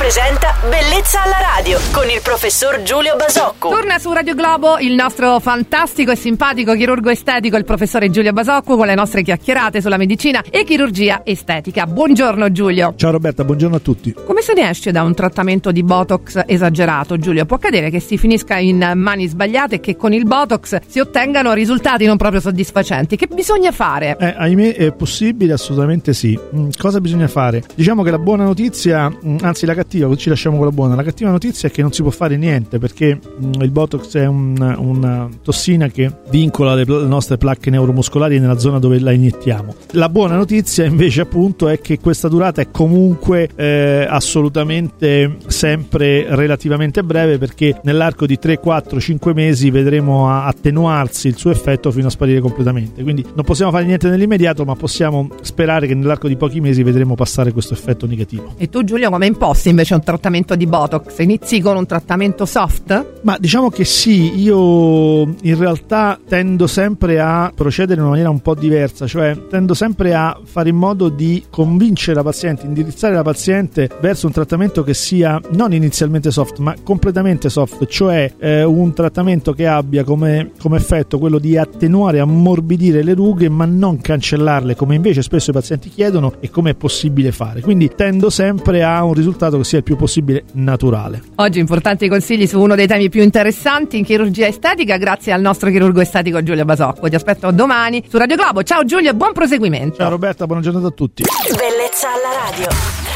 presenta Bellezza alla radio con il professor Giulio Basocco. Torna su Radio Globo il nostro fantastico e simpatico chirurgo estetico, il professore Giulio Basocco, con le nostre chiacchierate sulla medicina e chirurgia estetica. Buongiorno Giulio. Ciao Roberta, buongiorno a tutti. Come se ne esce da un trattamento di Botox esagerato, Giulio? Può accadere che si finisca in mani sbagliate e che con il Botox si ottengano risultati non proprio soddisfacenti? Che bisogna fare? Ahimè è possibile, assolutamente sì. Cosa bisogna fare? Diciamo che la buona notizia, anzi la cattiva, così ci lasciamo con la buona. La cattiva notizia è che non si può fare niente, perché il Botox è una tossina che vincola le nostre placche neuromuscolari nella zona dove la iniettiamo. La buona notizia invece appunto è che questa durata è comunque assolutamente sempre relativamente breve, perché nell'arco di 3, 4, 5 mesi vedremo attenuarsi il suo effetto fino a sparire completamente. Quindi non possiamo fare niente nell'immediato, ma possiamo sperare che nell'arco di pochi mesi vedremo passare questo effetto negativo. E tu Giulio come imposti invece un trattamento di Botox? Inizi con un trattamento soft? Ma diciamo che sì, io in realtà tendo sempre a procedere in una maniera un po' diversa, cioè tendo sempre a fare in modo di convincere la paziente, indirizzare la paziente verso un trattamento che sia non inizialmente soft ma completamente soft, cioè un trattamento che abbia come effetto quello di attenuare, ammorbidire le rughe ma non cancellarle, come invece spesso i pazienti chiedono e come è possibile fare. Quindi tendo sempre a un risultato che sia il più possibile naturale. Oggi importanti consigli su uno dei temi più interessanti in chirurgia estetica grazie al nostro chirurgo estetico Giulio Basocco. Ti aspetto domani su Radio Globo. Ciao Giulio e buon proseguimento. Ciao Roberta, buona giornata a tutti. Bellezza alla radio.